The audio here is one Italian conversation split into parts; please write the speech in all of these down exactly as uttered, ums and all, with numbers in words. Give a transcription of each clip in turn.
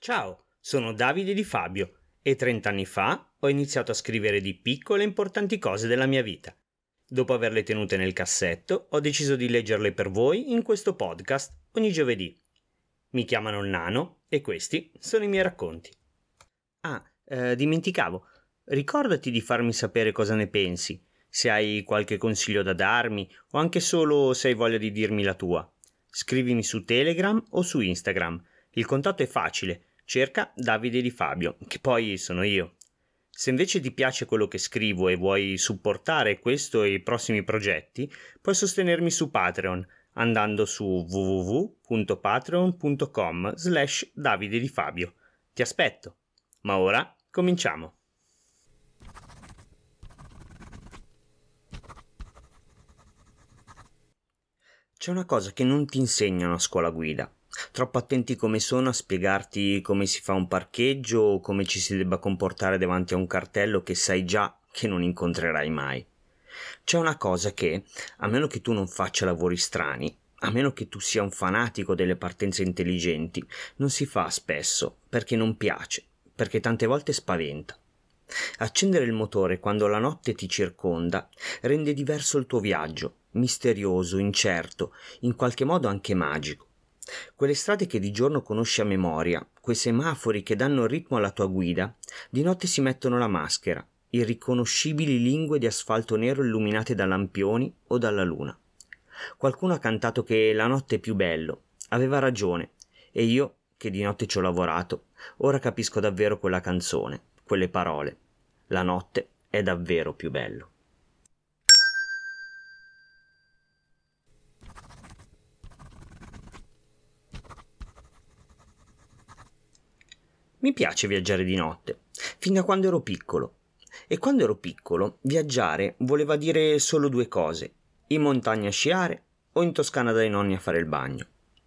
Ciao, sono Davide Di Fabio e trent'anni fa ho iniziato a scrivere di piccole e importanti cose della mia vita. Dopo averle tenute nel cassetto, ho deciso di leggerle per voi in questo podcast ogni giovedì. Mi chiamano il Nano e questi sono i miei racconti. Ah, eh, dimenticavo, ricordati di farmi sapere cosa ne pensi, se hai qualche consiglio da darmi o anche solo se hai voglia di dirmi la tua. Scrivimi su Telegram o su Instagram. Il contatto è facile, cerca Davide Di Fabio, che poi sono io. Se invece ti piace quello che scrivo e vuoi supportare questo e i prossimi progetti, puoi sostenermi su Patreon andando su w w w punto patreon punto com slash Davide Di Fabio. Ti aspetto. Ma ora cominciamo. C'è una cosa che non ti insegnano a scuola guida. Troppo attenti come sono a spiegarti come si fa un parcheggio o come ci si debba comportare davanti a un cartello che sai già che non incontrerai mai. C'è una cosa che, a meno che tu non faccia lavori strani, a meno che tu sia un fanatico delle partenze intelligenti, non si fa spesso perché non piace, perché tante volte spaventa. Accendere il motore quando la notte ti circonda rende diverso il tuo viaggio, misterioso, incerto, in qualche modo anche magico. Quelle strade che di giorno conosci a memoria, quei semafori che danno ritmo alla tua guida, di notte si mettono la maschera, irriconoscibili lingue di asfalto nero illuminate da lampioni o dalla luna. Qualcuno ha cantato che la notte è più bello, aveva ragione, e io, che di notte ci ho lavorato, ora capisco davvero quella canzone, quelle parole. La notte è davvero più bello. Mi piace viaggiare di notte, fin da quando ero piccolo. E quando ero piccolo, viaggiare voleva dire solo due cose: in montagna a sciare o in Toscana dai nonni a fare il bagno.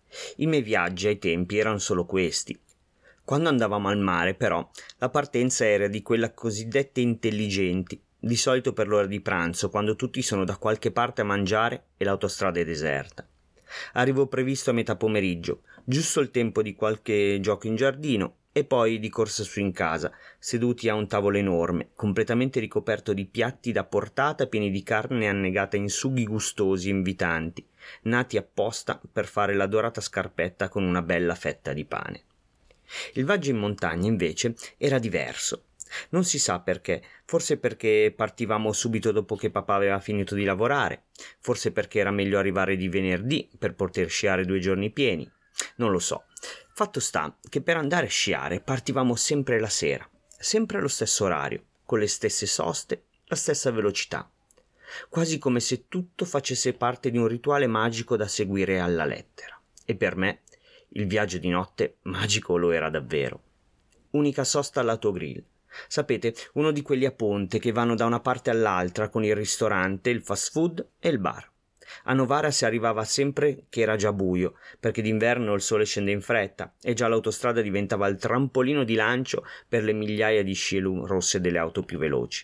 I miei viaggi ai tempi erano solo questi. Quando andavamo al mare, però, la partenza era di quella cosiddette intelligenti, di solito per l'ora di pranzo, quando tutti sono da qualche parte a mangiare e l'autostrada è deserta. Arrivo previsto a metà pomeriggio, giusto il tempo di qualche gioco in giardino e poi di corsa su in casa, seduti a un tavolo enorme, completamente ricoperto di piatti da portata pieni di carne annegata in sughi gustosi e invitanti, nati apposta per fare la dorata scarpetta con una bella fetta di pane. Il viaggio in montagna, invece, era diverso. Non si sa perché, forse perché partivamo subito dopo che papà aveva finito di lavorare, forse perché era meglio arrivare di venerdì per poter sciare due giorni pieni, non lo so. Fatto sta che per andare a sciare partivamo sempre la sera, sempre allo stesso orario, con le stesse soste, la stessa velocità, quasi come se tutto facesse parte di un rituale magico da seguire alla lettera. E per me il viaggio di notte magico lo era davvero. Unica sosta all'autogrill. Sapete, uno di quelli a ponte che vanno da una parte all'altra con il ristorante, il fast food e il bar. A Novara si arrivava sempre che era già buio, perché d'inverno il sole scende in fretta e già l'autostrada diventava il trampolino di lancio per le migliaia di scie rosse delle auto più veloci.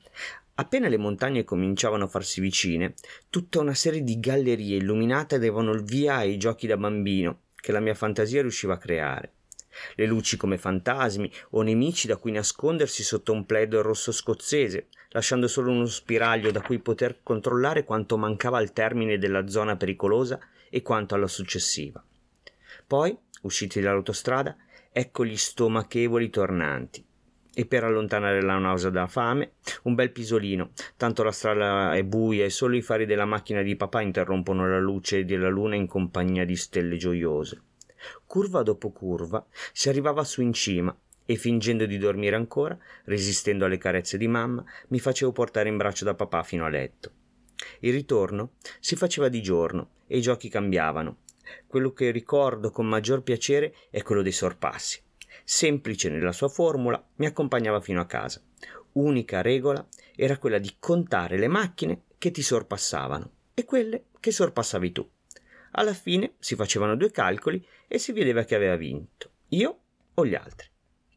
Appena le montagne cominciavano a farsi vicine, tutta una serie di gallerie illuminate davano il via ai giochi da bambino che la mia fantasia riusciva a creare. Le luci come fantasmi o nemici da cui nascondersi sotto un plaid rosso scozzese, lasciando solo uno spiraglio da cui poter controllare quanto mancava al termine della zona pericolosa e quanto alla successiva. Poi, usciti dall'autostrada, ecco gli stomachevoli tornanti. E per allontanare la nausea da fame, un bel pisolino, tanto la strada è buia e solo i fari della macchina di papà interrompono la luce della luna in compagnia di stelle gioiose. Curva dopo curva si arrivava su in cima e fingendo di dormire ancora, resistendo alle carezze di mamma, mi facevo portare in braccio da papà fino a letto. Il ritorno si faceva di giorno e i giochi cambiavano. Quello che ricordo con maggior piacere è quello dei sorpassi. Semplice nella sua formula, mi accompagnava fino a casa. Unica regola era quella di contare le macchine che ti sorpassavano e quelle che sorpassavi tu. Alla fine si facevano due calcoli e si vedeva chi aveva vinto, io o gli altri.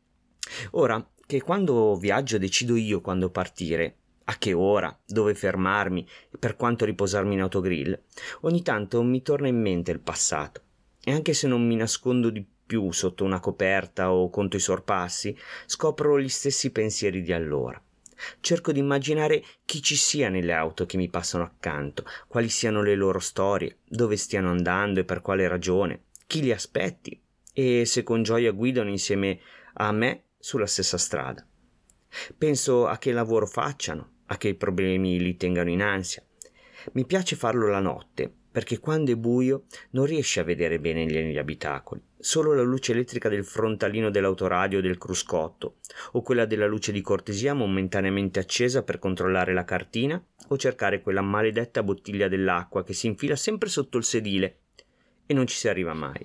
Ora che quando viaggio decido io quando partire, a che ora, dove fermarmi e per quanto riposarmi in autogrill, ogni tanto mi torna in mente il passato. E anche se non mi nascondo di più sotto una coperta o conto i sorpassi, scopro gli stessi pensieri di allora. Cerco di immaginare chi ci sia nelle auto che mi passano accanto, quali siano le loro storie, dove stiano andando e per quale ragione, chi li aspetti e se con gioia guidano insieme a me sulla stessa strada. Penso a che lavoro facciano, a che problemi li tengano in ansia. Mi piace farlo la notte, perché quando è buio non riesci a vedere bene gli abitacoli. Solo la luce elettrica del frontalino dell'autoradio o del cruscotto, o quella della luce di cortesia momentaneamente accesa per controllare la cartina o cercare quella maledetta bottiglia dell'acqua che si infila sempre sotto il sedile e non ci si arriva mai.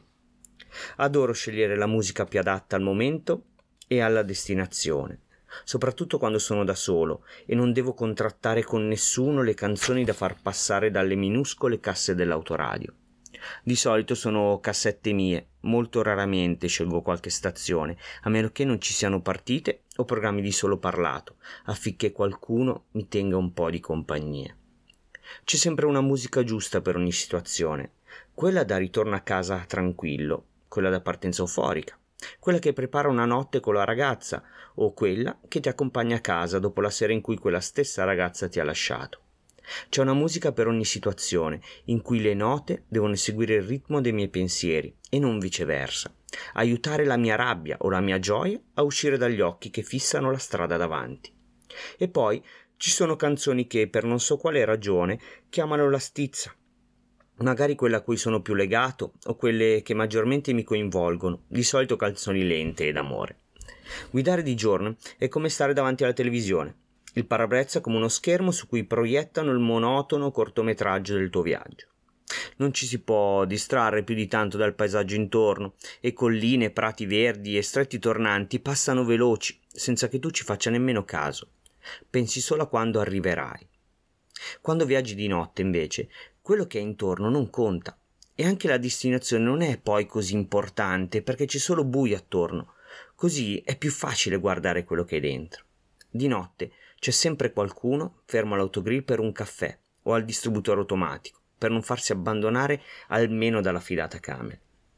Adoro scegliere la musica più adatta al momento e alla destinazione, soprattutto quando sono da solo e non devo contrattare con nessuno le canzoni da far passare dalle minuscole casse dell'autoradio. Di solito sono cassette mie, molto raramente scelgo qualche stazione, a meno che non ci siano partite o programmi di solo parlato, affinché qualcuno mi tenga un po' di compagnia. C'è sempre una musica giusta per ogni situazione, quella da ritorno a casa tranquillo, quella da partenza euforica, quella che prepara una notte con la ragazza o quella che ti accompagna a casa dopo la sera in cui quella stessa ragazza ti ha lasciato. C'è una musica per ogni situazione, in cui le note devono seguire il ritmo dei miei pensieri e non viceversa, aiutare la mia rabbia o la mia gioia a uscire dagli occhi che fissano la strada davanti. E poi ci sono canzoni che, per non so quale ragione, chiamano la stizza, magari quella a cui sono più legato o quelle che maggiormente mi coinvolgono, di solito canzoni lente e d'amore. Guidare di giorno è come stare davanti alla televisione. Il parabrezza è come uno schermo su cui proiettano il monotono cortometraggio del tuo viaggio. Non ci si può distrarre più di tanto dal paesaggio intorno e colline, prati verdi e stretti tornanti passano veloci senza che tu ci faccia nemmeno caso. Pensi solo a quando arriverai. Quando viaggi di notte, invece, quello che è intorno non conta e anche la destinazione non è poi così importante perché c'è solo buio attorno. Così è più facile guardare quello che è dentro. Di notte c'è sempre qualcuno fermo all'autogrill per un caffè o al distributore automatico per non farsi abbandonare almeno dalla fidata camera.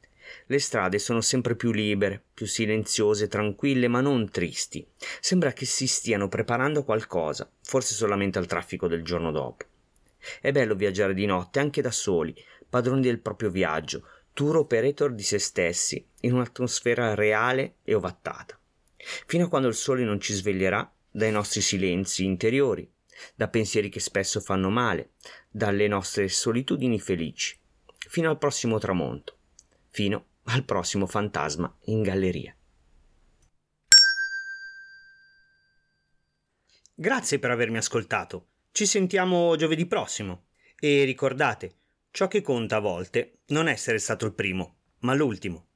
Le strade sono sempre più libere, più silenziose, tranquille, ma non tristi. Sembra che si stiano preparando a qualcosa, forse solamente al traffico del giorno dopo. È bello viaggiare di notte anche da soli, padroni del proprio viaggio, tour operator di se stessi, in un'atmosfera reale e ovattata. Fino a quando il sole non ci sveglierà dai nostri silenzi interiori, da pensieri che spesso fanno male, dalle nostre solitudini felici, fino al prossimo tramonto, fino al prossimo fantasma in galleria. Grazie per avermi ascoltato. Ci sentiamo giovedì prossimo. E ricordate, ciò che conta a volte non è essere stato il primo, ma l'ultimo.